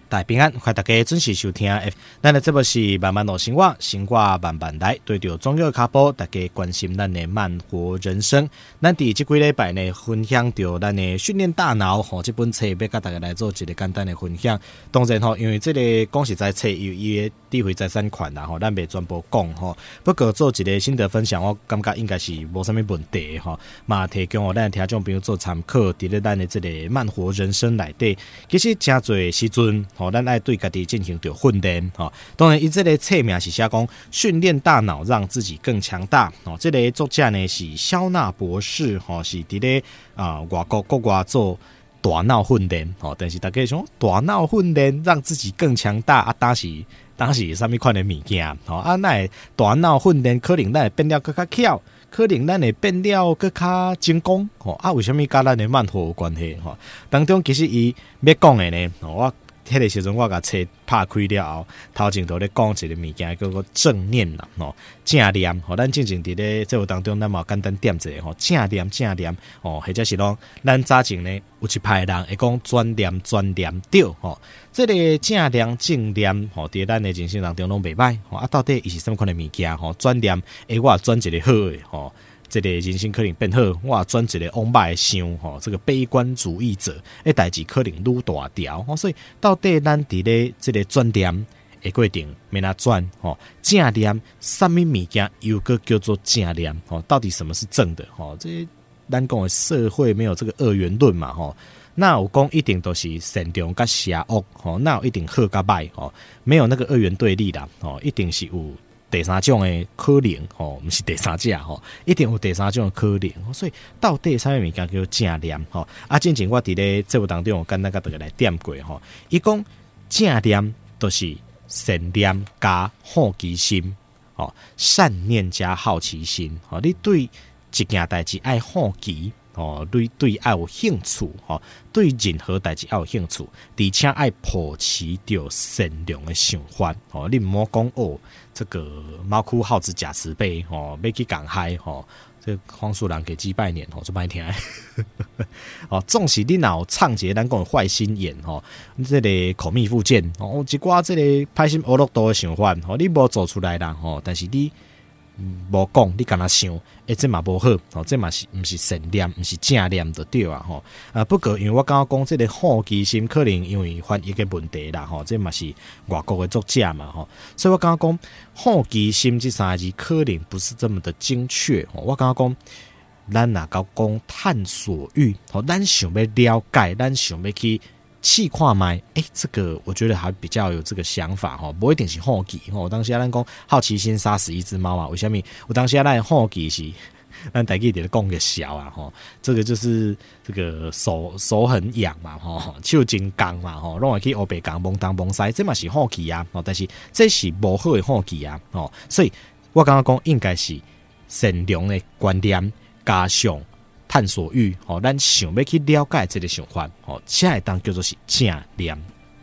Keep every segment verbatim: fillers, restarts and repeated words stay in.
大家平安，欢迎大家准时收听。咱的节目是慢慢路生活，生活慢慢来。对着中药脚步，大家关心咱的慢活人生。咱伫这几礼拜呢，分享到咱的训练大脑吼，这本册要甲大家来做一个简单的分享。当然吼，因为这个讲实在册有伊的智慧财产权啦吼，咱袂全部讲吼。不过做一个心得分享，我感觉应该是无啥物问题吼。嘛提供互咱的听众朋友做参考，伫咧咱的这个慢活人生内底，其实真侪时阵。吼，咱爱对家己进行着训练吼。当然，伊这个册名是写讲训练大脑，让自己更强大。哦，这个作者呢是肖纳博士，吼，是伫咧啊外国国外做大脑训练。吼，但是大家想大脑训练让自己更强大啊，当时当时什么款的物件？吼啊，那大脑训练可能咱会变了更较巧。可能咱会变了更较成功。吼啊，为什么跟咱的慢活有关系？吼，当中其实伊要讲的呢，我。迄个时阵，我甲册拍开了后，头前都咧讲一个物件，叫做正念啦，吼，正念，吼，咱正正伫咧节目当中，咱嘛简单点一下，吼，正念，正念，吼，或者是讲，咱早前呢有一派人会讲专念，专念对，吼，这个正念、正念，吼，伫咱的人生当中拢袂歹，吼，啊，到底伊是什么款的物件？吼，专念，诶，我专一个好诶，吼。这个人生可能变好，我转一个往歹想吼，这个悲观主义者，诶，代志可能愈大条吼，所以到底咱伫咧这个转念的过程，免哪转吼？正念，什么物件又个叫做正念吼？到底什么是正的吼？这咱讲的社会没有这个二元论嘛吼？那有讲一定都是善良甲邪恶吼？那有一定好甲歹吼？没有那个二元对立啦吼？一定是有。第三种的可能吼，不是第三者吼，一定有第三种的可能。所以到底啥物物件叫正念吼？啊，之前我伫咧节目当中，简单甲大家来点过吼。伊讲正念就是善念加好奇心，吼，善念加好奇心。吼，你对一件代志爱好奇。哦，对对，爱有兴趣，吼，对任何代志爱有兴趣，而且爱保持着善良的想法，哦，你唔好讲哦，这个猫哭耗子假慈悲，哦，要去讲嗨，吼，这个黄鼠狼给鸡拜年，吼，就歹听，哦，总是你若有唱一个咱讲坏心眼，吼，这个口蜜腹剑，哦，一寡这个歹心恶毒多的想法，吼，你无做出来啦，吼，但是你。无讲，你敢若想，诶、欸，这嘛无好，哦，这嘛是毋是善念，毋是正念就对啊，吼啊。不过，因为我刚刚讲这个好奇心，可能因为翻译嘅问题啦，吼，这嘛是外国嘅作者嘛，吼，所以我刚刚讲好奇心这三个字，可能不是这么的精确。我刚刚讲，咱若讲讲探索欲，吼，咱想要了解，咱想要去。试看卖，诶、欸，这个我觉得还比较有这个想法哈，不一定是好奇哈。当时咱讲好奇心杀死一只猫啊，为什么？我当时咱好奇是，咱台语伫讲个小啊哈，这个就是这个手手很痒嘛哈，手真刚嘛哈，拢会去黑白讲蒙东蒙西，这嘛是好奇啊，但是这是无好的好奇啊，哦，所以我刚刚讲应该是善良的观点加上。探索欲，吼，咱想要去了解这个想法，吼，这会当叫做是正念。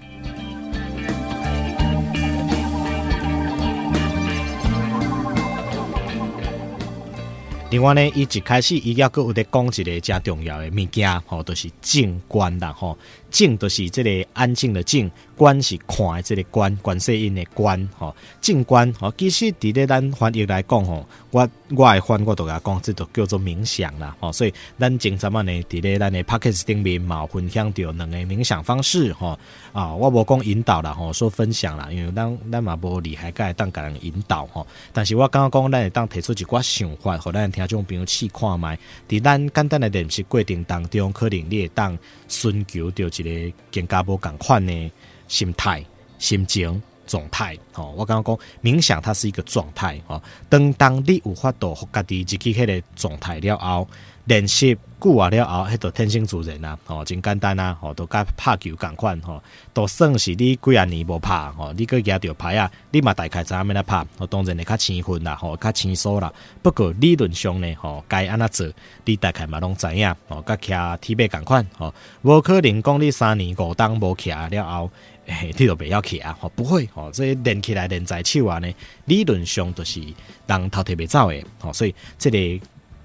另外呢，伊一开始伊要搁有咧讲一个真重要的物件，吼，就是静观啦，吼，静就是这个安静的静，观是看的这个观，观世音的观，吼，静观，吼，其实伫咧咱翻译来讲，吼，我我的翻我都甲讲，这都叫做冥想啦，吼，所以咱前阵仔呢，伫咧咱的 Podcast 顶面嘛分享到两个冥想方式，吼，啊，我无讲引导啦，吼，说分享啦，因为咱咱嘛无厉害，甲会当甲人引导，吼，但是我刚刚讲，咱会当提出一寡想法，互咱听。种朋友试看卖，伫咱简单的练习过程当中，可能你会当寻求到一个更加无共款的心态、心情、状态。哦，我刚刚讲冥想，它是一个状态。哦，当当你有法度互家己入去迄个状态了后，练习久啊了后，迄就天生自然啊。哦，真简单啊。哦，都甲拍球共款。吼，都算是你几啊年无拍。吼，你个举着牌啊，你嘛大概知影要哪拍。哦，当然会较轻分啦，吼，较轻松啦。不过理论上呢，吼，该安怎做，你大概嘛拢知影。哦，甲徛铁马共款。哦，无可能讲你三年五冬无徛了后。欸、你就不要徛啊！不会哦，这练起来练在手啊呢，理论上就是人头提袂走的哦，所以这个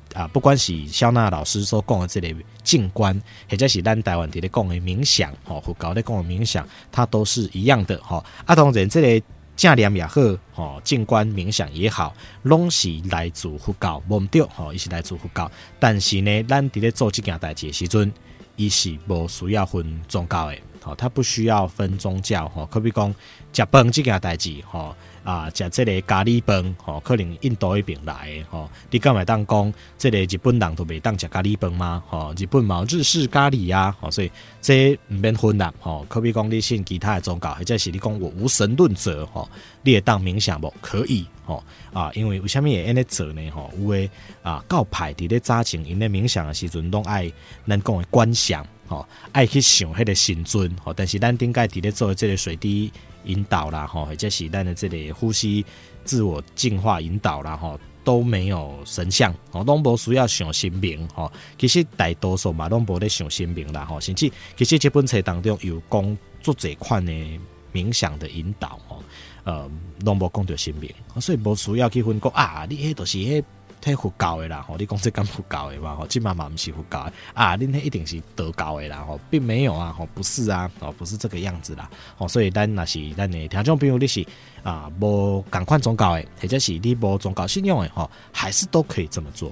啊，不管是肖娜老师所讲的这类静观，或者是咱台湾伫咧讲的冥想，吼，佛教咧讲的冥想，它都是一样的，吼。啊，当然这类正念也好，吼，静观冥想也好，拢是来自佛教，无毋对，吼，伊是来自佛教。但是呢，咱伫咧做这件代志的时阵，伊是无需要分宗教的，吼，它不需要分宗教，吼，可比讲食饭这件代志，吼。啊，食这个咖喱饭，吼、哦，可能印度那边来的，吼、哦，你敢会当讲，这个日本人都袂当食咖喱饭吗？吼、哦，日本嘛日式咖喱啊，吼、哦，所以这唔免分啦，吼、哦，可比讲你信其他的宗教，或者是你讲我无神论者，吼、哦，你会当冥想无？可以，吼、哦，啊，因为为什么会安尼做呢？吼、哦，有诶啊，教派伫咧早前因咧冥想的时阵，拢爱咱讲的观想，吼、哦，爱去想迄个神尊，吼、哦，但是咱顶解伫咧做这个水滴引导啦，吼，或者是咱的这个呼吸自我净化引导啦，吼，都没有神像，吼，拢无需要想神明，吼，其实大多数嘛，拢无咧想神明啦，吼，甚至其实这本册当中有讲做这款的冥想的引导，吼，呃，拢无讲到神明，所以无需要去分讲啊，你迄就是迄。迄佛教的啦，吼，你讲这敢佛教的嘛？吼，即嘛嘛不是佛教的啊，恁迄一定是道教的啦，吼，并没有啊，吼，不是啊，哦，不是这个样子啦，吼，所以咱若是咱的听众朋友，你是啊无同款宗教的，或者是你无宗教信仰的，吼，还是都可以这么做。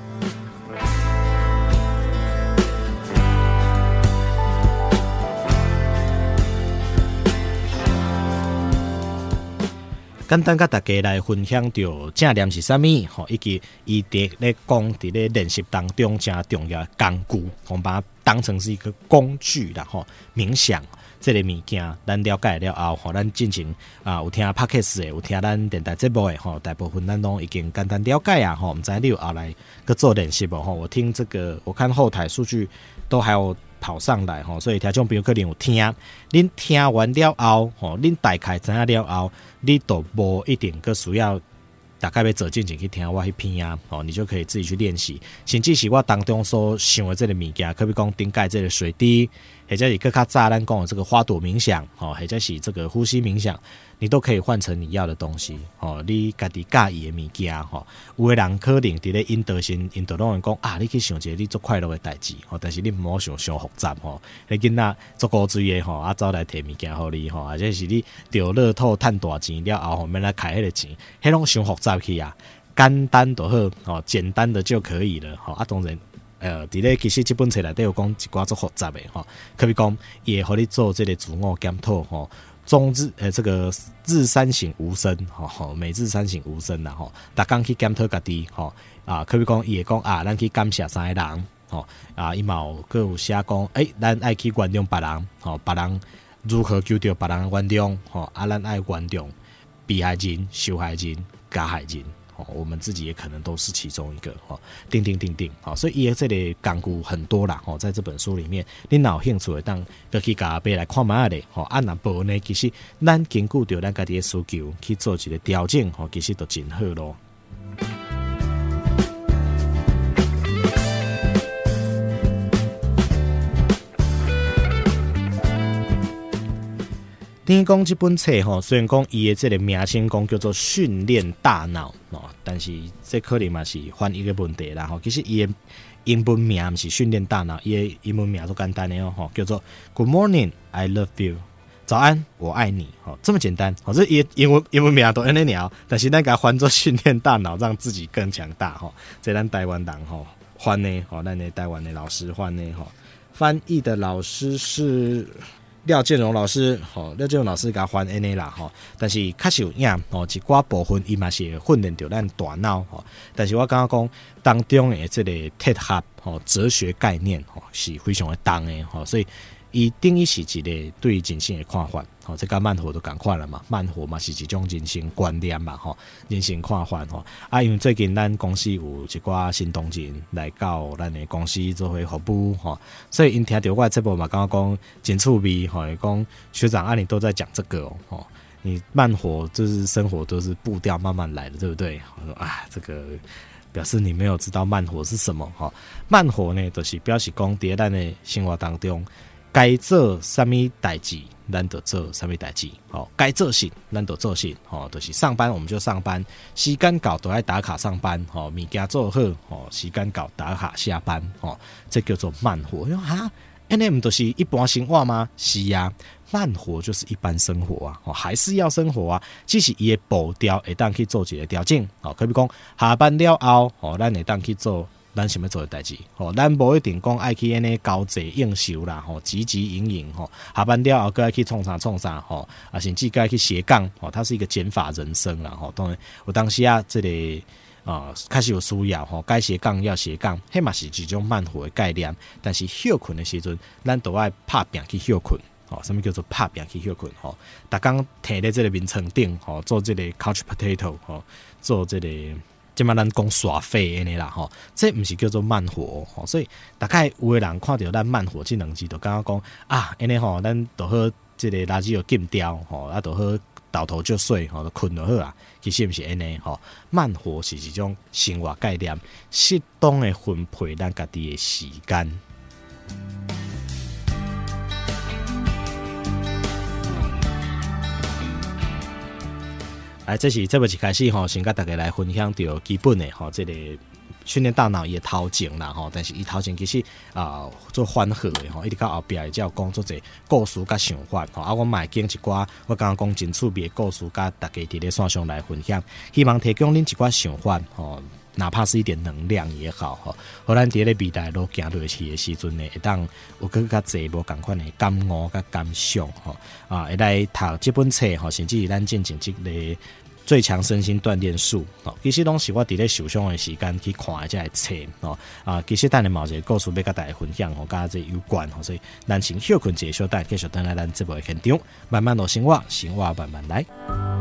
简单甲大家来分享到正念是啥物，吼，以及伊伫咧讲伫咧练习当中正重要的工具，我们把它当成是一个工具啦，吼，冥想这个物件，咱了解了后，吼，咱进行啊，有听 podcast 的，有听咱电台节目的，吼，大部分咱拢已经简单了解啊，吼，毋知你有后来去做练习无，吼，我听这个，我看后台数据都还有跑上来，吼，所以听众朋友可能有听，恁听完了后，吼，恁大概知影了后，你都无一定个需要大概要走进前去听我迄篇啊，哦，你就可以自己去练习，甚至是我当中所想的这个物件，可比讲顶盖这个水滴，或者是更较早咱讲的这个花朵冥想，哦，或者是这个呼吸冥想，你都可以换成你要的东西，哦，你家己介意的物件，吼，有的人可能伫咧引导性引导拢会讲啊，你去想一个你做快乐的代志，吼，但是你唔好想伤复杂，吼，你囡仔做古锥的，吼，啊走来摕物件互你，吼，或者是你钓乐透赚大钱了后，后面来开迄个钱，迄拢伤复杂去啊，简单就好，哦，简单的就可以了，吼，啊当然。呃，伫咧其实这本册内底有讲一寡做复杂的吼，可比讲也互你做这个自我检讨吼，中日呃这个日三省吾身吼吼，每日三省吾身啦吼，逐工去检讨家己吼啊，可比讲伊会讲啊，咱去感谢三个人吼啊，伊嘛有佫有写讲，诶、欸，咱爱去原谅别人吼，别人如何求着别人原谅吼，啊，咱爱原谅被害人、受害人、加害人。哦，我们自己也可能都是其中一个哦，定定定定，好，所以伊这里讲故很多啦，哦，在这本书里面，你若有兴趣的当可去家边来看卖咧，哦，啊若无呢，其实咱根据着咱家己的需求去做一个调整，哦，其实都真好咯。等于讲这本册吼，虽然讲伊的这个名称讲叫做训练大脑哦，但是这可能嘛是翻译个问题啦吼。其实伊的英文名不是训练大脑，伊的英文名都简单的哦，叫做 Good morning, I love you。早安，我爱你。哦，这么简单。哦，这英英文英文名都安尼鸟，但是咱给它翻做训练大脑，让自己更强大哈。这咱台湾人吼翻呢，吼咱的台湾的老师翻呢吼，翻译的老师是。廖建荣老师，吼，廖建荣老师甲翻安尼啦，吼，但是确实有影，吼，一寡部分伊嘛是训练着咱大脑，吼，但是我刚刚讲当中的这个贴合，吼，哲学概念，吼，是非常的重的，吼，所以伊等于是一个对人生的看法，吼，这甲慢活都共款了嘛，慢活嘛是一种人生观念嘛，吼，人生看法，吼，啊，因为最近咱公司有一寡新同仁来到咱的公司做伙服务，吼，所以因听到我的节目嘛，刚刚讲真趣味，吼，讲学长啊，你都在讲这个哦，吼，你慢活就是生活都是步调慢慢来的，对不对？我说啊，这个。表示你没有知道慢活是什么哈？慢活呢，就是表示讲在咱的生活当中， 该做什么代志，咱就做什么代志。哦，该做事，咱就做事。哦，就是上班我们就上班，时间到都要打卡上班。哦，物件做好，哦，时间到打卡下班。哦，这叫做慢活。哈，安尼唔就是一般生活吗？是啊，慢活就是一般生活啊。哦，还是要生活啊，只是伊的步调会当去做一个调整。哦，可比讲下班了后，哦，咱会当去做。咱想要做的代志，吼，咱无一定讲爱去安尼交际应酬啦，吼，汲汲营营，吼，下班了后搁爱去创啥创啥，吼，啊，甚至搁爱去斜杠，吼，它是一个减法人生啦，吼，当然有当时啊，这个啊开始有需要，吼，该斜杠要斜杠，迄嘛是一种慢活的概念，但是休困的时阵，咱都爱拍拼去休困。哦，什么叫做拍拼去休困？吼，逐工摕咧这个眠床顶，吼，做这个 couch potato， 吼，做这个。即摆咱讲耍废安尼啦吼，这毋是叫做慢活吼，所以大概有诶人看到咱慢活这两字，就感觉讲啊，安尼吼，咱就好，即个垃圾就禁掉吼，啊，就好倒头就睡吼，就困就好啊。其实毋是安尼吼，慢活是一种生活概念，适当诶分配咱家己诶时间。来，这是这部一开始吼，先跟大家来分享到基本的吼，这个训练大脑也头前啦吼，但是伊头前其实啊、呃、做缓和的吼，一直到后壁才有讲做者故事甲想法吼，啊，我嘛会经一寡我刚刚讲真趣味的故事，甲大家伫咧线上来分享，希望提供恁一寡想法吼。哪怕是一点能量也好吼，互咱伫咧未来路行落去的时阵呢，会当有更较侪无共款的感悟甲感想吼啊，会来读这本册吼，甚至是咱进行这个最强身心锻炼术吼，其实拢是我伫咧受伤的时间去看的这个册吼啊，其实等下嘛有一个故事要甲大家分享吼，甲这有关吼，所以咱先休困一下，等继续等来咱节目的现场，慢慢落生活，生活慢慢来。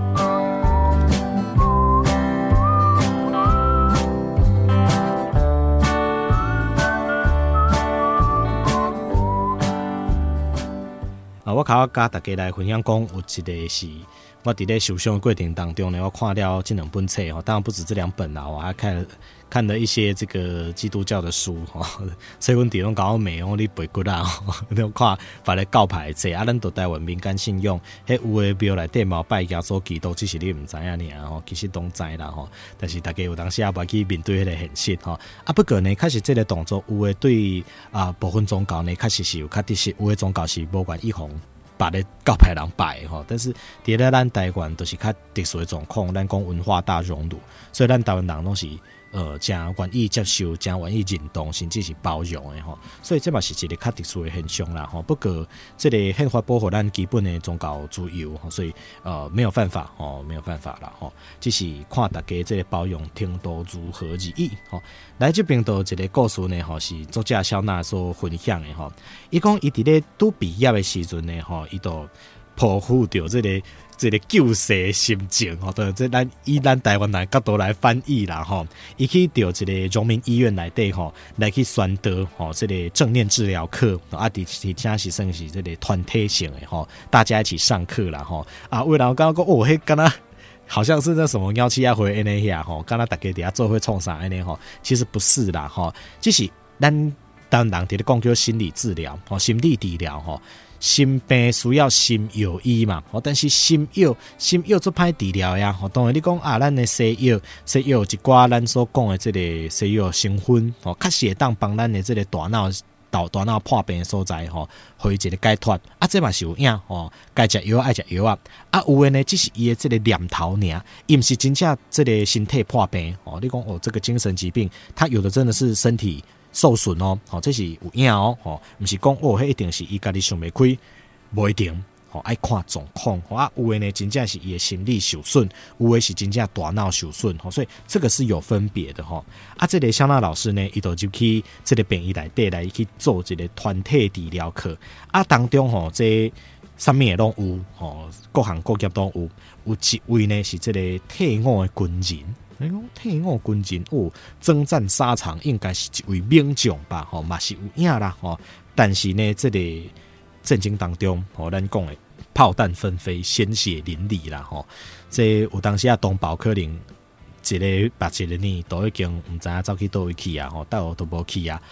啊，我靠，甲大家来分享讲，有一个是我伫咧受伤的过程当中呢，我看了这两本册吼，当然不止这两本啦，我还看了看了一些这个基督教的书吼，所以阮弟拢甲我骂我你背骨啦，你看把咧教牌册啊，咱都台湾民间信用，迄有诶庙内底嘛拜耶稣基督，只是你毋知影尔吼，其实拢知啦吼，但是大家有当时也袂去面对迄个现实吼，啊不过呢，确实这个动作有诶对啊部分宗教呢，确实是有较特色，有诶宗教是无愿意互把咧教派人拜吼，但是伫咧咱台湾都是较特殊的状况，咱讲文化大熔炉，所以咱台湾人拢是呃真愿意接受、真愿意认同，甚至是包容的吼。所以这嘛是一个较特殊的现象啦吼。不过这个宪法保护咱基本的宗教自由，所以呃没有犯法吼，没有犯法啦吼。只是看大家这个包容程度如何而已吼。来这边都一个故事呢吼，是作者小娜所分享的吼。伊讲伊伫咧拄毕业的时阵呢吼，伊都抱负着这个这个救世的心情吼，对，这咱以咱台湾人角度来翻译啦吼。伊去到一个荣民医院内底吼，来去宣导吼，这个正念治疗课啊，伫伫正是算是这个团体性的吼，大家一起上课啦吼。啊，为了我刚刚讲哦，迄敢若好像是那什么幺七亚回 N A 呀吼，刚刚大家底下做会创啥 N A 吼，其实不是啦吼，只是咱当人伫咧讲叫心理治疗吼，心理治疗吼。心病需要心药医嘛，但是心药心药做歹治疗呀。当然你讲啊，咱的西药西药有一寡咱所讲的这个西药成分，哦，确实会当帮咱的这个大脑大大脑破病的所在，吼，互伊一个解脱。啊，这嘛是有影，吼，该食药爱食药啊。啊，有诶呢，只是伊的这个念头尔，伊毋是真正这个身体破病。哦，你讲哦，这个精神疾病，他有的真的是身体受损哦，吼，这是有影哦，吼，毋是讲哦，迄一定是伊家己想袂开，无一定，吼，爱看状况，啊，有诶呢，真正是伊的心理受损，有诶是真正大脑受损，吼，所以这个是有分别的，吼。啊，这个香娜老师呢，伊就入去这个病院内底来去做一个团体治疗课，啊，当中吼，这啥物诶拢有，吼，各行各业都有，有一位呢是这个退伍的军人。你讲退伍军人哦，征战沙场应该是一位名将吧？吼，嘛是有影啦，吼。但是呢，这个战争当中，吼，咱讲的炮弹纷飞，鲜血淋漓啦，吼。这有当时啊，同胞可能一个把一个呢，都已经唔知影走去倒位去啊，吼，倒都无去啊。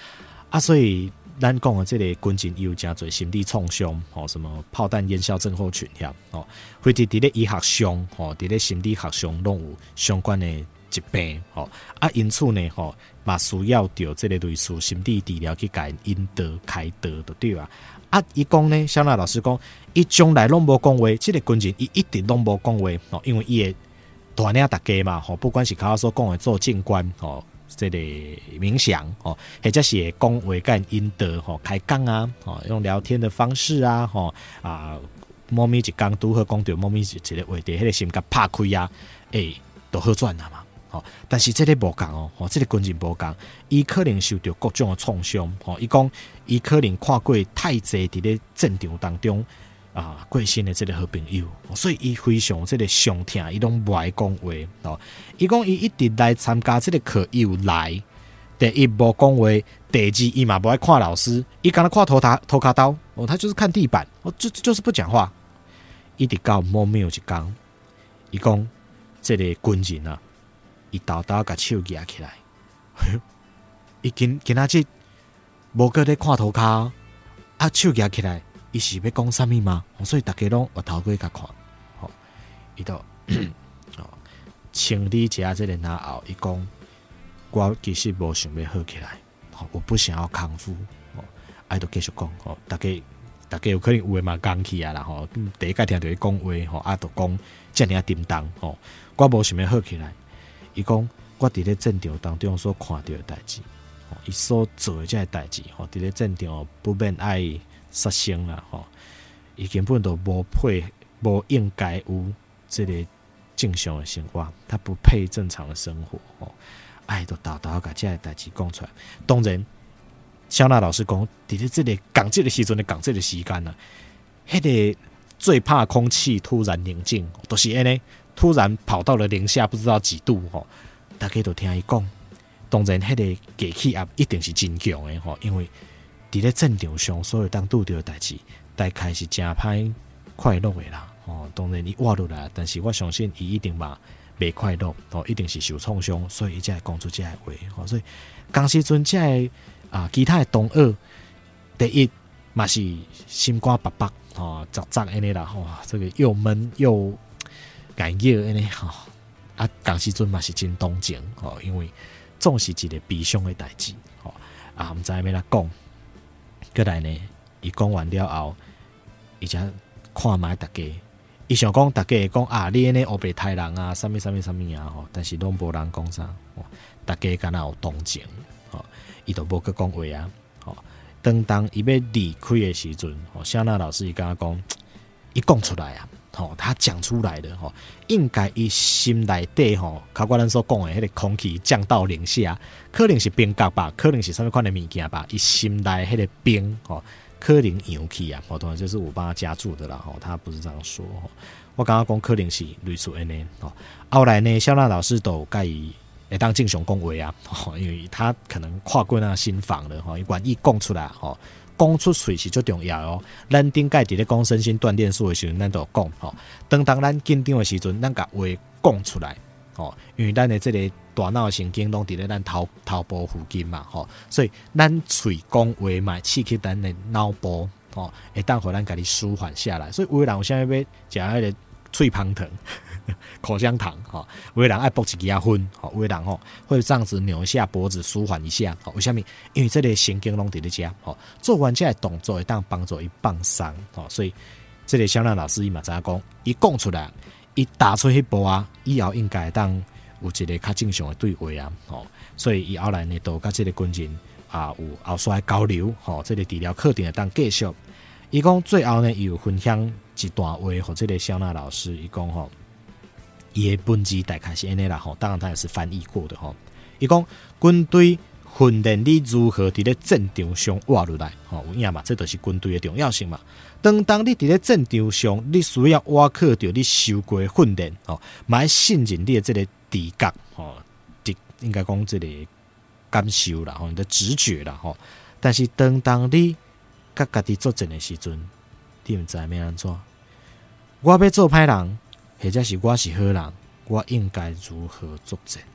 啊，所以咱讲的这个军人有真侪心理创伤，吼，什么炮弹烟硝症候群遐，吼，或者伫咧医学上，吼，伫咧心理学上拢有相关的疾病，吼，啊，因此呢，吼，嘛需要着这个类似心理治疗去甲因引导开导，就对啊。啊，伊讲呢，小娜老师讲，伊从来拢无讲话，这个军人伊一直拢无讲话，吼，因为伊会带领大家嘛，吼，不管是口所讲的做静观，吼，这个冥想，吼，或者是讲话甲引导，吼，开讲啊，吼，用聊天的方式啊，吼啊，猫咪一讲拄好讲到猫咪一个话题，迄个心甲拍开啊，诶，都好转啊嘛。哦，但是这个无共哦，哦，这个军人无共，伊可能受到各种的创伤。哦，伊讲伊可能看过太济伫咧战场当中啊过身的这个好朋友，所以伊非常这个伤痛，伊拢不爱讲话。哦，伊讲伊一直来参加这个课又来，第一无讲话，第二伊嘛不爱看老师，伊敢若看头卡头卡刀，哦，他就是看地板，哦，就就是不讲话。一直到某秒一讲，伊讲这个军人啊。伊豆豆甲手举起来，伊今今仔日无搁咧看涂骹，啊手举起来，伊是要讲啥物吗？所以大家拢我头过甲看，吼，伊都哦清理一下这个然后，伊讲我其实无想要好起来，吼，我不想要康复，吼，啊，都继续讲，吼，大家大家有可能有诶嘛讲起啊啦，吼，第一届听到伊讲话，吼，啊，都讲遮尔啊沉重，吼，我无想要好起来。伊讲，我伫咧战场当中所看到的代志，吼，伊所做的这个代志，吼，伫咧战场不免爱杀生啦，吼，伊根本都无配，无应该有这个正常的生活，他不配正常的生活，吼，哎，都豆豆甲这个代志讲出来。当然，小娜老师讲，伫咧这个讲这个时阵的讲这个时间啊，迄个最怕空气突然宁静，都、就是安尼。突然跑到了零下不知道几度吼，大家都听伊讲，当然迄个机器压一定是真强的吼，因为伫咧战场上所有当拄到的代志，大概是真歹快乐的啦吼。当然伊活落来，但是我相信伊一定嘛袂快乐吼，一定是受创伤，所以伊才会讲出这个话吼。所以当时阵这个啊，其他的同学第一嘛是心肝白白吼，杂杂安尼啦吼，这个又闷又。感觉安尼吼，啊，当时阵嘛是真同情吼，因为总是一个悲伤的代志吼，啊，毋知要哪讲，过来呢，伊讲完了后，伊才看卖大家，伊想讲大家会讲啊，你安尼黑白太人啊，啥物啥物啥物啊吼，但是拢无人讲啥，大家敢若有同情吼，伊都无去讲话啊，吼，当当伊要离开的时阵，吼，小娜老师伊甲讲，伊讲出来啊。吼，他讲出来的吼，应该伊心内底吼，考过咱所讲的迄个空气降到零下，可能是冰角吧，可能是什么款的物件吧，伊心内迄个冰吼，可能扬起啊，吼，当然就是我帮他加注的啦，吼，他不是这样说吼，我刚刚讲可能是类似安尼吼，后来呢，小娜老师都甲伊会当正常讲话啊，吼，因为他可能跨过那心防了吼，伊愿意讲出来吼。讲出嘴是最重要哦。咱顶届伫咧讲身心锻炼术的时阵，咱都讲吼。当当咱紧张的时阵，咱甲话讲出来，吼，因为咱的这个大脑神经拢伫咧咱头头部附近嘛，吼，所以咱嘴讲话嘛，刺激咱的脑部，吼，会当互咱家己舒缓下来。所以有的人有啥要食迄个脆芳糖、口香糖，吼，有的人爱剥一支啊烟，吼，有的人吼会这样子扭一下脖子舒缓一下，吼，为什么？因为这个神经拢伫咧遮，吼，做完这个动作会当帮助伊放松，吼，所以这个小兰老师伊嘛知影讲，伊讲出来，伊打出迄步啊，以后应该当有一个较正常的对话啊，吼，所以伊后来呢，都甲这个军人啊有后续的交流，吼，这个治疗课程会当继续。伊讲最后呢，伊有分享一段话，或这个小娜老师，伊讲吼，伊的文字大概是安尼啦，吼，当然他也是翻译过的吼。伊讲军队训练你如何伫咧战场上活落来，吼，有影嘛？这就是军队的重要性嘛。当当你伫咧战场上，你需要挖靠着你受过训练，吼，嘛要信任你的这个直觉，吼，应该讲这个感受啦，吼，你的直觉啦，吼。但是当当你甲家己作战的时阵，你毋知要安怎？我要做歹人，或者是我是好人，我应该如何作战？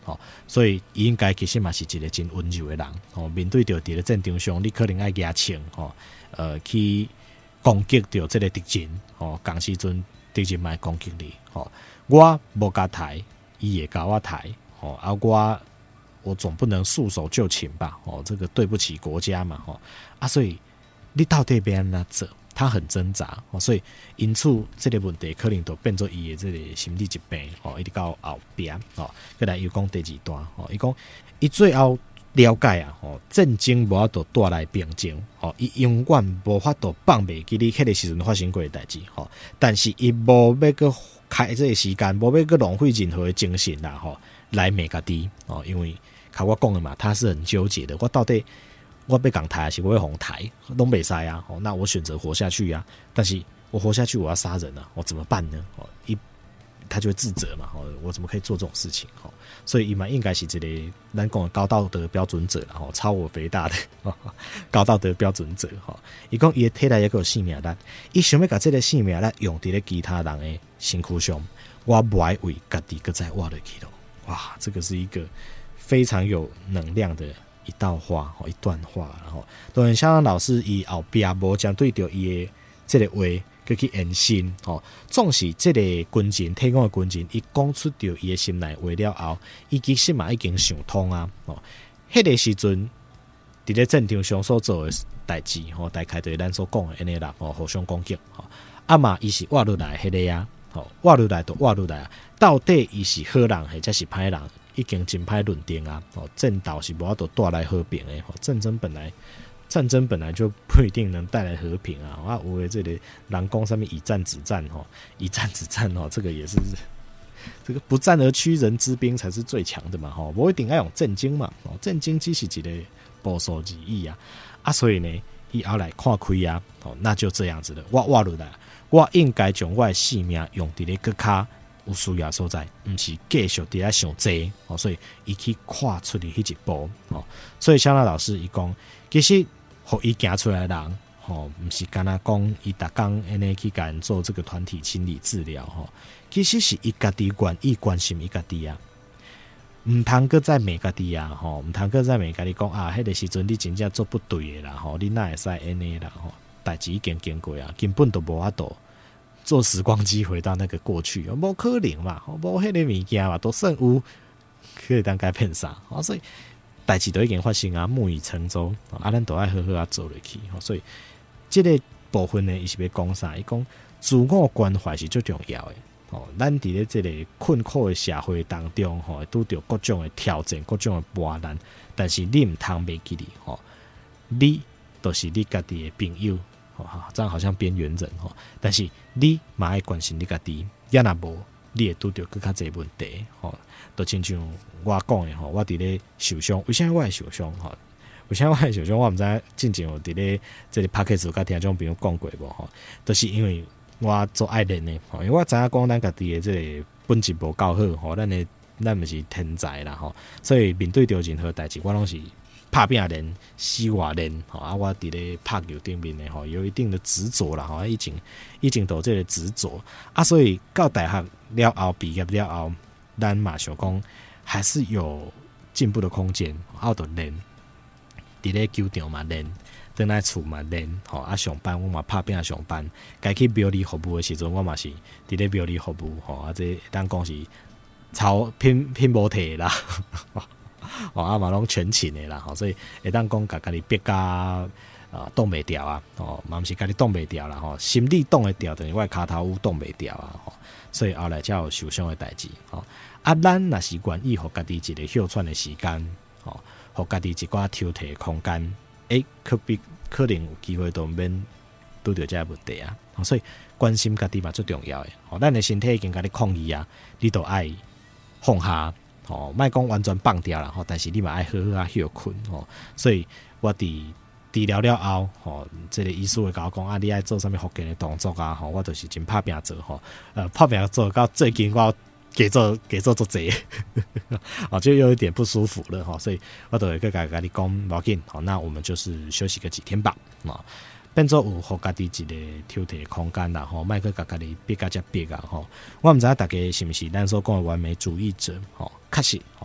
吼，所以伊应该其实嘛是一个真温柔的人吼。面对着伫咧战场上，你可能爱举枪吼，呃，去攻击着这个敌人吼，同时阵敌人嘛攻击你吼，我无甲抬，伊也甲我抬吼，啊我我总不能束手就擒吧吼，这个对不起国家嘛吼，啊所以你到底要安怎做？他很挣扎，所以因此这个问题可能就变做伊的这个心理疾病，一直到后边，哦，再来又讲第二段，哦，伊讲伊最后了解啊，哦，战争无法度带来平静，哦，伊永远无法度放袂记你迄个时阵发生过的代志，吼，但是伊无要个开这个时间，无要个浪费任何的精神啦，吼，来骂家己，哦，因为靠我讲的嘛，他是很纠结的，我到底。我被港台还是我被红台都没塞啊，哦，那我选择活下去啊，但是我活下去我要杀人啊，我怎么办呢？哦，一他就会自责嘛，哦，我怎么可以做这种事情？哦，所以伊嘛应该是一个咱讲的高道德标准者啦，吼，超我肥大的、哦、高道德标准者，吼，伊讲伊的体内也有生命力，伊想要把这个生命力用伫咧其他人的身躯上，我不爱为家己搁再挖落去咯，哇，这个是一个非常有能量的。一道话，一段话，然后当然，香港老师伊后边无将对着伊的这个话，佮去延伸，吼，总是这个军人，提供的军人，伊讲出着伊的心内话了后，伊其实嘛已經想通啊，哦，迄個時陣，伫咧戰場上所做的代志，吼，大概就是咱所講的安尼啦，吼，互相攻擊，吼，啊嘛，伊是活落來迄個啊，吼，活落來就活落來啊，到底伊是好人，或者是歹人？已經真歹論定啊！哦，戰鬥是無法度帶來和平的。哦，戰爭本來戰爭本來就不一定能帶來和平啊！啊，有的這裡人講上面以戰止戰，哦，以戰止戰，哦，這個也是這個不戰而屈人之兵才是最強的嘛！吼，無一定要用戰爭嘛！哦，戰爭只是一個保守而已啊！啊，所以呢，伊後來看開啊！哦，那就這樣子了。我活落來，我應該將我的性命用伫咧閣較。有需要所在，毋是繼續伫遐想濟，哦，所以伊去跨出去迄一步，哦，所以小娜老師伊講，其實互伊行出來的人，吼，毋是干那講伊逐工安尼去甲因做這個團體心理治療，吼，其實是伊家己願意關心伊家己啊，毋通閣再罵家己啊，吼，毋通閣再罵家己講啊，迄個時陣你真正做不對的啦，吼，你哪會使安尼啦，吼，代誌已經經過啊，根本都無法度。坐時光機回到那個過去，冇可能嘛，冇迄個物件嘛，都算有可以當改變啥，所以代志都已經發生啊，木已成舟，啊，咱都愛好好啊做落去，所以這個部分呢，伊是要講啥？伊講自我關懷是最重要的，哦，咱佇咧這個困苦的社會當中，吼，拄着各種的挑戰，各種的磨難，但是你唔通袂記哩，吼，你都是你家己的朋友。這樣好像邊緣人，但是你嘛愛關心你家己，也若無你會拄到更較濟問題，就親像我講的，我佇咧受傷，為啥我會受傷？為啥我會受傷？我毋知之前有佇咧這個 podcast 甲聽眾朋友講過無？就是因為我做愛練的，因為我知影講咱家己的這個本質無夠好，咱的咱毋是天才啦，所以面對着任何代誌，我攏是。拍拼練、死活練，啊！我佇咧拍球頂面咧，吼，有一定的執着啦，吼，已經已經到這個執着啊，所以到大學了後，畢業了後，咱嘛想講，還是有進步的空間，啊，就練，佇咧球場嘛練，轉來厝嘛練，吼，啊，上班我嘛拍拼上班，該去廟裡服務的時陣，我嘛是佇咧廟裡服務，吼，啊，這當講是超拼拼無體啦。哦，啊嘛攏全勤的啦，吼，所以會當講家家己逼甲啊擋袂掉啊，哦，嘛毋是家己擋袂掉啦，吼，心理擋會掉，等於我骹頭有擋袂掉啊，吼，所以後來才有受傷的代誌，吼，啊，咱若是願意互家己一個休喘的時間，吼，互家己一寡抽離的空間，誒，可比可能有機會都免拄到這個問題啊，所以關心家己嘛最重要的，吼，咱的身體已經甲你抗議啊，你都愛放下。哦，莫講完全放掉啦，吼，但是你嘛愛好好啊休困，吼，所以我佇治療了後，吼，這個醫師會甲我講啊，你愛做啥物復健的動作啊，吼，我就是真拍拼做，吼，呃，拍拼做到最近我加做加做做濟，哦，就有一點不舒服了，吼，所以我就會個甲甲你講無要緊，好，那我們就是休息個幾天吧，啊。變做有互家己一個抽離空間啦，吼，莫去甲家己逼甲遮逼啊，吼。我毋知影大家是毋是咱所講的完美主義者，吼，確實，吼，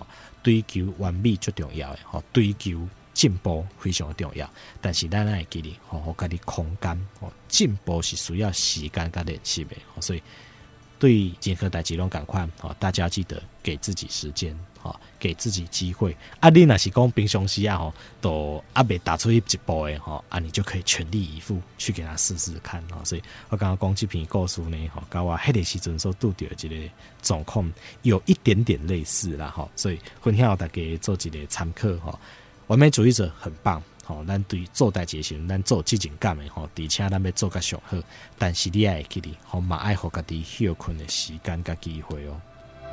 追求完美最重要的吼，追求进步非常重要。但是咱爱记哩，吼，互家己空间，吼，进步是需要时间甲练习的，所以对任何代志拢同款，吼，大家记得给自己时间，吼，给自己机会。啊，你若是讲平常时啊，吼，都还没踏出一步的，吼，啊，你就可以全力以赴去给他试试看，吼。所以我刚刚讲这篇故事呢，吼，跟我迄个时阵所拄到的这个状况有一点点类似啦，吼，所以分享大家做一个参考，吼。完美主义者很棒，吼，咱对做代志时，咱做责任感的吼，而且咱要做甲上好，但是你也会记得，吼，嘛爱互家己休困的时间甲机会哦。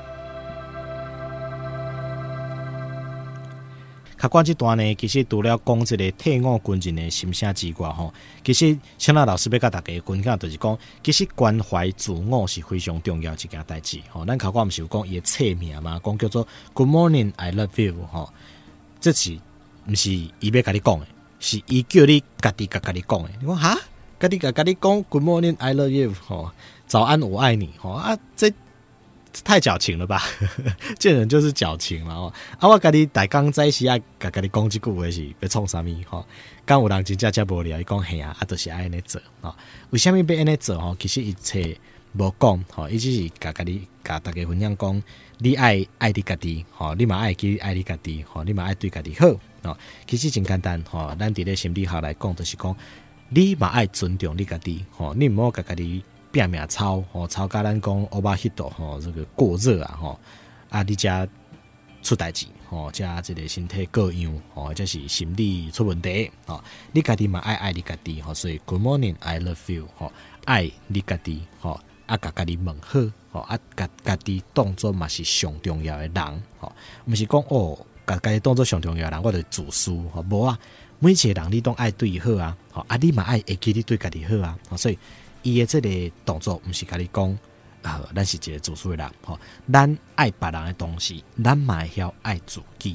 较关这段呢，其实除了讲这个退伍军人的心声之外，吼，其实像那老师要甲大家分享，就是讲，其实关怀自我是非常重要一件代志，吼。咱考官毋是有讲伊的册名嘛，讲叫做 Good Morning I Love You， 吼，这是毋是伊要甲你讲的，是伊叫你家己甲家己讲的。你讲哈，家己甲家己讲 Good Morning I Love You， 吼，早安我爱你，吼啊，这太矫情了吧？见人就是矫情了哦。啊，我家己大刚在时啊，甲家己讲这句话是要创啥物吼？刚有人真正遮无聊，伊讲嘿啊，啊，就是爱安尼做吼。为什么要安尼做吼？其实一切无讲吼，伊只是甲家己甲大家分享讲，你爱爱你家己吼，你嘛爱去爱你家己吼，你嘛爱对家己好吼。其实真简单吼，咱伫咧心理学来讲，就是讲你嘛爱尊重你家己吼，你毋好甲家己拼命操吼，操甲咱讲 overheat 吼，这个过热啊吼，啊你遮出代志吼，遮这个身体各样吼，这是心理出问题吼，你家己嘛爱爱你家己吼，所以 Good morning I love you 吼，爱你家己吼，啊甲家己问好吼，啊甲家己当作嘛是上重要的人吼，毋是讲哦，甲家己当作上重要的人，我就自私吼，无啊，每一个人你都爱对伊好啊，吼啊你嘛爱会记你对家己好啊，所以伊的这个动作毋是甲你讲，啊，咱是一个自私的人，吼，咱爱别人的东西，咱嘛会晓爱自己。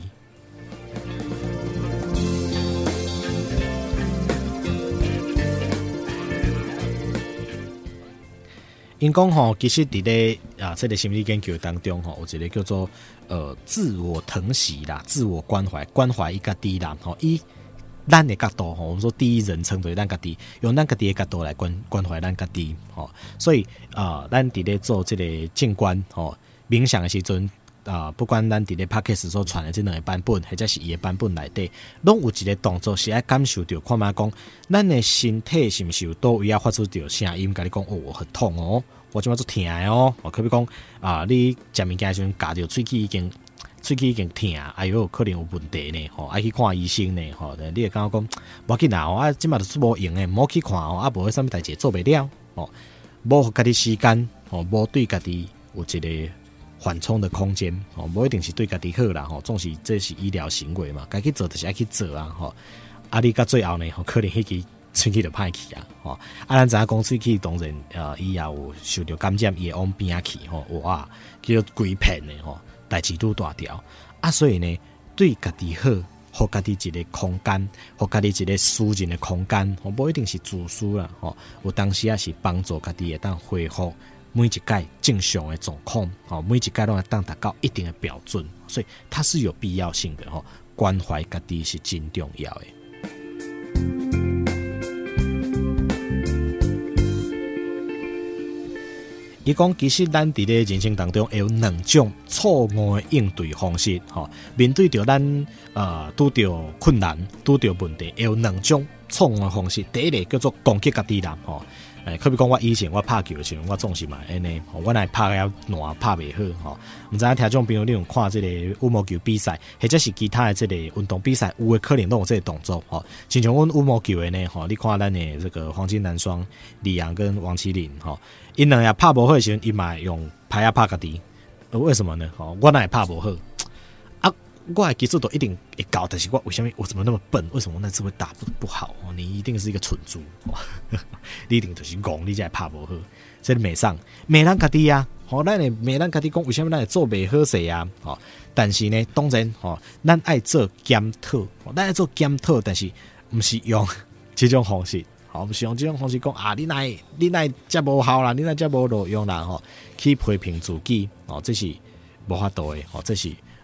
因讲吼，其实伫咧啊，这个心理研究当中吼，有一个叫做呃自我疼惜啦，自我关怀，关怀一个敌人吼，伊。咱的角度吼，我们说第一人称对咱家己，用咱家己的角度来关关怀咱家己吼，所以啊、呃，咱伫咧做这个静观吼冥想的时阵啊、呃，不管咱伫咧 Podcast 所传的这两个版本，或者是伊的版本内底，拢有一个动作是爱感受到，看嘛讲，咱的身体是毋是有倒位啊发出着声音，甲你讲哦，我很痛哦，我即摆做痛的哦，哦，可比讲啊、呃，你食物件时阵夹着喙齿已经。喙齿已经痛，哎呦，可能有问题呢，吼，爱去看医生呢，吼，你会感觉讲，无要紧啦，吼，啊，即马就是无用诶，无去看吼，啊，无啥物代志做袂了，吼，无互家己时间，吼，无对家己有一个缓冲的空间，吼，无一定是对家己好啦，吼，总是这是医疗行为嘛，该去做就是爱去做啊，吼，啊，你到最后呢，吼，可能迄支喙齿就歹去啊，吼，啊，咱知影讲喙齿当然，呃，伊也有受到感染，伊会往边仔去，吼，哇，叫做规片的吼。代志都大条啊，所以呢，对家己好，互家己一个空间，互家己一个私人的空间，吼，无一定是自私啦，吼，有当时也是帮助家己会当恢复每一届正常的状况，吼，每一届拢会当达到一定的标准，所以它是有必要性的，吼，关怀家己是真重要的。伊讲，其实咱伫咧人生当中会有两种错误的应对方式，吼，面对着咱呃拄着困难、拄着问题，会有两种错误的方式。第一个叫做攻击家己人，吼，诶，可比讲我以前我拍球的时候，我总是嘛安尼，我来拍了烂拍袂好，吼，毋知影听众朋友你有看这个羽毛球比赛，或者是其他的这个运动比赛，有的可能都有这个动作，吼，亲像阮羽毛球的呢，吼，你看咱的这个黄金男双李阳跟王麒麟，吼。因两下拍不好的时候，伊嘛用拍啊拍家己，为什么呢？哦，我哪会拍不好啊？我的技术都一定会高，但是我为什么我怎么那么笨？为什么那次会打不不好？哦，你一定是一个蠢猪，哦、你一定就是戆，你才拍不好，这是美上美咱家己啊！吼、哦，咱会美咱家己讲，为什么咱会做袂好势啊？哦，但是呢，当然，吼、哦，咱爱做检讨，咱爱做检讨，但是不是用这种方式。好，不是用这种方式讲啊，你哪你哪遮无效啦，你哪遮无路用啦吼，去批评自己哦，这是无法度的，哦，这是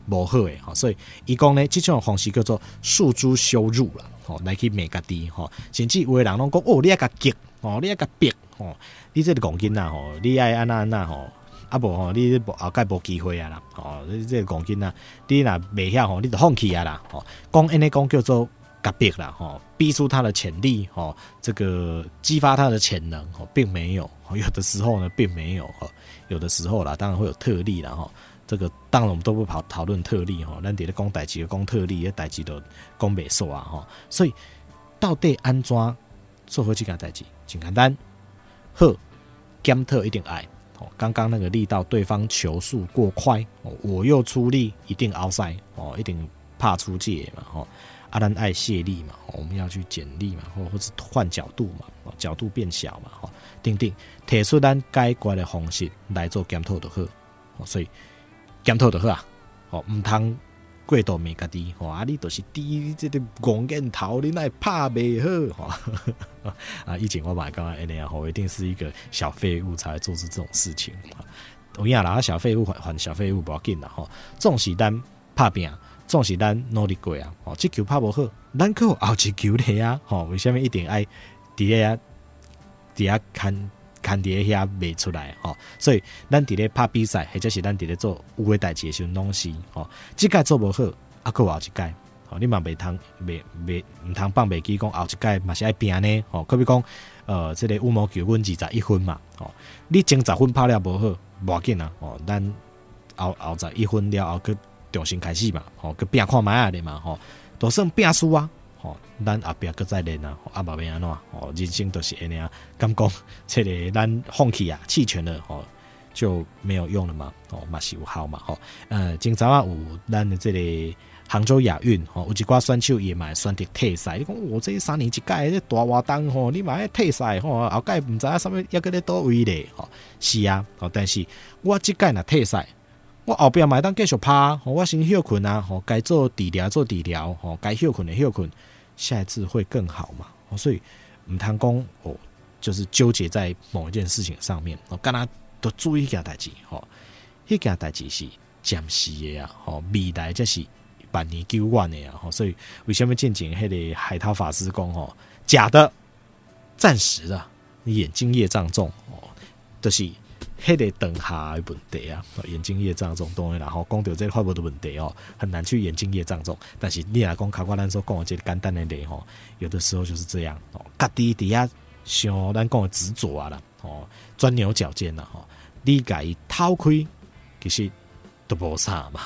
无好诶，吼，所以伊讲呢，这种方式叫做诉诸羞辱啦，吼，来去骂家己，吼，甚至有的人拢讲哦，你爱甲激，吼，你爱甲逼，吼，你这个讲囡仔吼，你爱安那安那吼，啊无吼，你后盖无机会啊啦，吼，你这个讲囡仔，你若袂晓吼，你就放弃啊啦，吼，讲安尼讲叫做甲逼啦，吼，逼出他的潜力，吼，这个激发他的潜能，吼，并没有，有的时候呢，并没有，吼，有的时候啦，当然会有特例啦，吼。这个当然我们都不跑讨论特例哈，咱伫咧讲代志讲特例，代志都讲袂煞啊哈。所以到底安怎做好这件代志？真简单，好检讨一定爱。哦，刚刚那个力道对方球速过快，哦，我又出力，一定凹塞哦，一定怕出界嘛哈。啊，咱爱卸力嘛，我们要去减力嘛，或或是换角度嘛，角度变小嘛哈。定定提出咱解决的方式来做检讨就好。所以检讨就好啊，哦，唔通过度骂家己，吼啊，你就是低这个戆镜头，你那拍袂好，吼啊，以前我买刚刚那样，吼，一定是一个小废物才会做出这种事情。有影啦，小废物还还小废物不要紧啦，吼，总是咱拍拼，总是咱努力过啊，哦，这球拍不好，咱可有后一球嘞啊，吼，为什么一定爱伫咧啊，伫遐看？看伫咧遐袂出来吼，所以咱伫咧拍比赛，或者是咱伫咧做有诶代志诶时阵，拢是吼，即届做无好，啊，佫有后一届，吼，你嘛袂通袂袂毋通放袂记讲后一届嘛是爱拼呢，吼，可比讲呃，即、這个羽毛球阮二十一分嘛，吼，你前十分拍了无好，无要紧啊，吼，咱后后十一分了后佫重新开始嘛，吼，佫拼看觅下咧嘛，吼，都算拼输啊。吼，咱后壁搁再练啊，啊，嘛变安怎？哦，人生都是安尼啊。敢讲，这个咱放弃啊，弃权了，吼，就没有用了嘛。哦，嘛是有效嘛，吼。呃，今早啊有咱的这个杭州亚运，吼，有一寡选手也嘛选择退赛。你讲我这三年一届这大活动，吼，你嘛爱退赛，吼，后届唔知影啥物抑搁咧倒位咧，吼，是啊，哦，但是我这届若退赛。我后壁嘛当继续拍，我先休困啊，吼，该做治疗做治疗，吼，该休困的休困。下一次会更好嘛？哦，所以唔通讲哦，就是纠结在某一件事情上面。哦，干那都注意一件代志，吼，迄件代志是暂时的啊，吼，未来才是百年久远的啊，吼，所以为什么进前迄个海涛法师讲吼，假的，暂时的，眼睛业障重哦，就是。迄个当下的问题啊，眼睛业障重，当然啦，吼，讲到这个发不的问题哦，很难去眼睛业障重。但是你来讲，卡瓜咱所讲的这个简单的例吼，有的时候就是这样哦，家己底下像咱讲的执着啊啦，哦，钻牛角尖啦，吼，你家己偷开，其实都无啥嘛。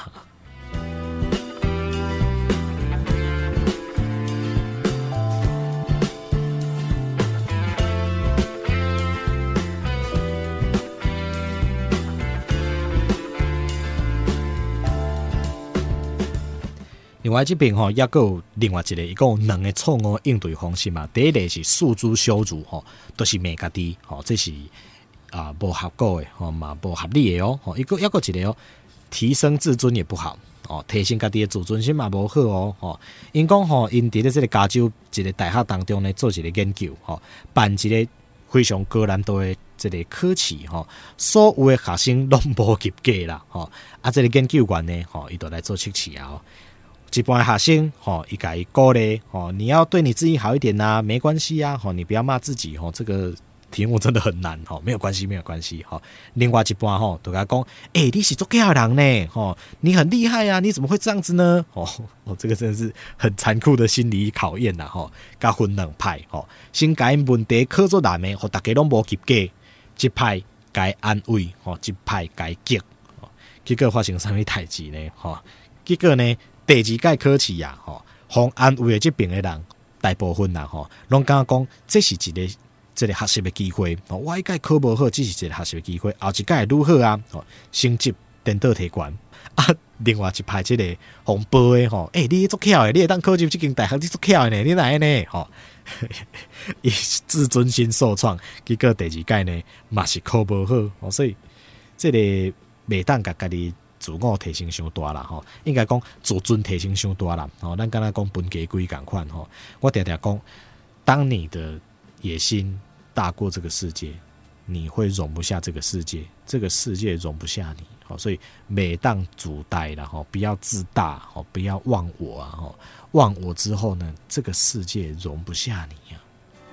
另外这边吼，也有另外一个，伊讲有两个错误应对方式嘛。第一个是诉诸羞辱吼，都是骂家己吼，这是啊无合果的吼，嘛无合理的哦。吼，一个一个一个哦，提升自尊也不好哦，提升家己的自尊心嘛无好哦。吼，因讲吼，因伫咧这个加州一个大学当中呢，做一个研究吼，办一个非常高难度的这个考试吼，所有的学生拢无及格啦吼。啊，这个研究员呢吼，伊就来做测试啊。一般学生吼，伊甲伊鼓励吼，你要对你自己好一点呐、啊，没关系啊，吼，你不要骂自己吼，这个题目真的很难吼，没有关系，没有关系吼。另外一半吼，都甲讲，诶、欸，你是做假人呢，吼，你很厉害啊，你怎么会这样子呢？哦，哦，这个真的是很残酷的心理考验呐，吼，甲分两派吼，先甲因问题考做难的，吼，大家拢无及格，一派甲安慰，吼，一派甲激，结果发生啥物代志呢？吼，结果呢？第二届考试啊，吼，互安慰的这边的人，大部分人吼，拢感觉讲这是一个这个学习的机会。我一届考无好，只是一个学习的机会，后一届会愈好啊，吼，成绩颠倒提悬啊。另外一派这个红报的吼，诶、欸，你足巧的，你会当考入这间大学，你足巧的呢，你哪呢？吼，伊自尊心受创，结果第二届呢，嘛是考无好，所以这个袂当甲家己。自我提升伤大啦吼，应该讲自尊提升伤大啦吼。咱刚才讲本家规共款吼，我常常讲，当你的野心大过这个世界，你会容不下这个世界，这个世界容不下你。 好，所以每当主呆啦哈，不要自大，哈，不要忘我啊，哈，忘我之后呢，这个世界容不下你啊。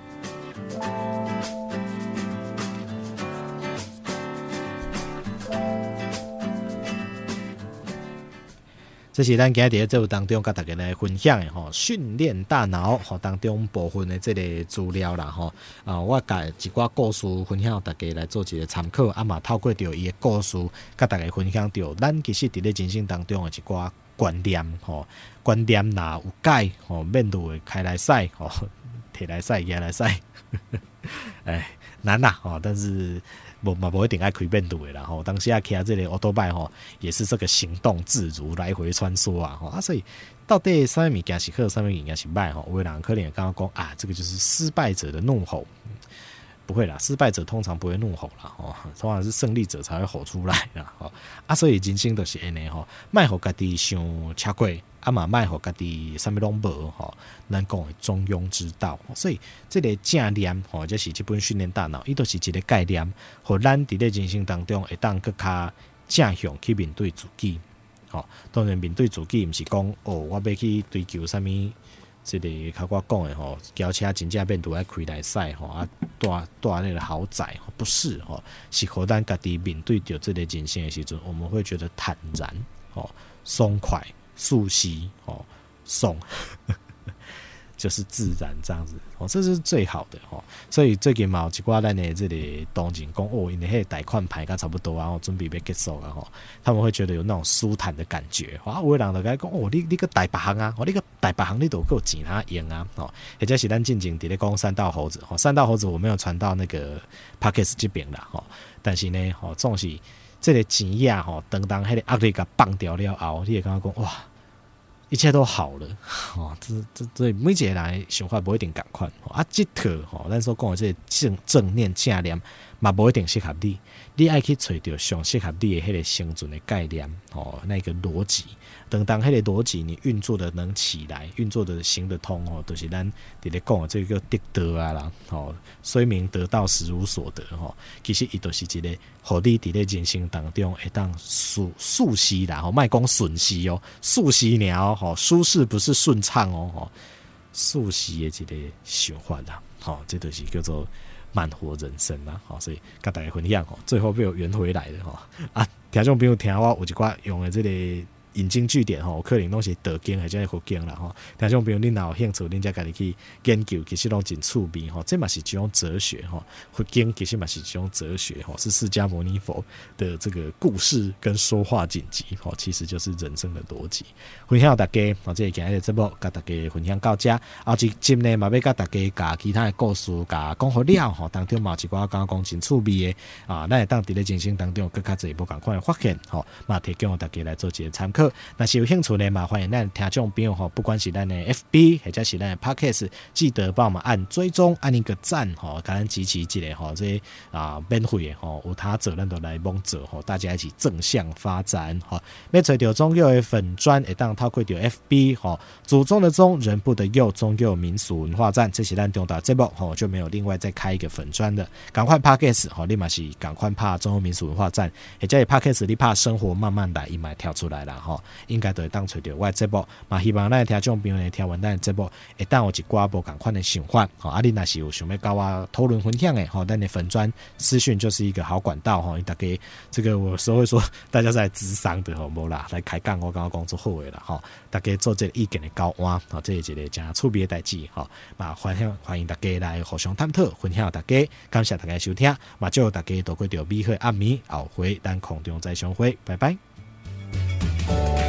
这是咱今日在节目当中跟大家来分享的吼，训练大脑吼当中部分的这个资料啦吼啊，我甲一寡故事分享，大家来做一个参考，啊嘛透过着伊的故事，跟大家分享着咱其实伫咧人生当中的一寡观念吼，观念若有改吼，面对开来使吼，摕来使拿来使，哎难啦吼，但是。无嘛无一定爱开面对啦吼，当时啊骑这个奥多拜吼，也是这个行动自如，来回穿梭啊吼啊，所以到底什么物件是好，什么物件是歹吼？有的人可能刚刚讲啊，这个就是失败者的怒吼，不会啦，失败者通常不会怒吼啦吼，通常是胜利者才会吼出来啦吼啊，所以人生就是安尼吼，莫互家己想吃过。啊嘛，莫互家己啥物拢无吼，咱讲的中庸之道，所以这个正念吼，这是这本训练大脑，伊都是一个概念，互咱伫咧人生当中会当更较正向去面对自己。吼，当然面对自己，毋是讲哦，我要去追求啥物，这个较我讲的吼，轿车真正变都爱开来使吼，啊，住住那个豪宅，不是吼，是互咱家己面对着这个人生的时阵，我们会觉得坦然吼，松快。速吸哦，送就是自然这样子哦，这是最好的哦。所以最近嘛有一寡咱的这里同仁讲哦，因为迄贷款排甲差不多啊，然后准备要结束了吼，他们会觉得有那种舒坦的感觉啊。有的人就甲讲哦，你你个贷别行啊，哦你个贷别行你都够钱他用啊哦，或者是咱进前伫咧讲三道猴子哦，三道猴子我没有传到那个 Podcast 这边啦吼，但是呢吼总是。这个钱呀，吼，等当迄个压力给放掉了后，你会感觉讲哇，一切都好了，哦，这这这每一个人的想法不一定同款，啊，这套吼，咱所讲的这个正正念正念，嘛不一定适合你，你爱去找到上适合你的迄个生存的概念，哦，那个逻辑，等当迄个逻辑你运作的能起来，运作的行得通哦，就是咱伫咧讲的这个得得啊啦，哦，虽明得到实无所得吼，其实伊就是一个。互你伫咧人生当中会当速速息啦，吼，莫讲顺息哦，速息鸟吼，舒适不是顺畅哦，吼，速息的一个想法啦，吼，这就是叫做慢活人生啦，吼，所以跟大家分享吼，最后被我圆回来的吼啊，听众朋友听我有一寡用的这个。引经据典吼，可能拢是道经或者是佛经啦吼。听众朋友，恁若有兴趣，恁才家己去研究，其实拢真趣味吼。这嘛是一种哲学吼，佛经其实嘛是一种哲学吼，是释迦牟尼佛的这个故事跟说话紧急吼，其实就是人生的逻辑。分享大家，我这今日的节目，甲大家分享到这。后一集呢，嘛要甲大家甲其他的故事甲讲好了吼，当中嘛一寡刚讲真趣味的啊，咱会当伫咧人生当中更加侪无共款的发现吼，嘛提供大家来做一个参考。那是有兴趣的嘛，欢迎咱听众朋友吼，不管是咱的 F B 或者是咱的 Podcast， 记得帮我们按追踪，按一个赞吼，甲咱支持一下吼，这啊免费的吼，有他做咱都来帮做吼，大家一起正向发展吼。要找到中佑的粉专，会当透过到 F B 吼，祖宗的宗，人部的佑，中佑民俗文化站，这是咱中岛节目吼，就没有另外再开一个粉专的，赶快 Podcast 吼，立马是赶快拍中佑民俗文化站，或者是 Podcast 你拍生活慢慢来，伊嘛跳出来啦吼。应该都会当找到我的节目，嘛希望咱的听众朋友呢听完咱的节目，会当有一寡无共款的想法，吼，啊，你若是有想要跟我讨论分享的，吼，咱的粉专私讯就是一个好管道，吼，大家这个我有时候会说，大家是来咨商的，吼，无啦，来开讲，我刚刚讲做好的啦，吼，大家做这个意见的交换，吼，这是一个真趣味的代志，吼，嘛欢迎欢迎大家来互相探讨，分享大家，感谢大家收听，嘛祝大家度过着美好暗暝，后回咱空中再相会，拜拜。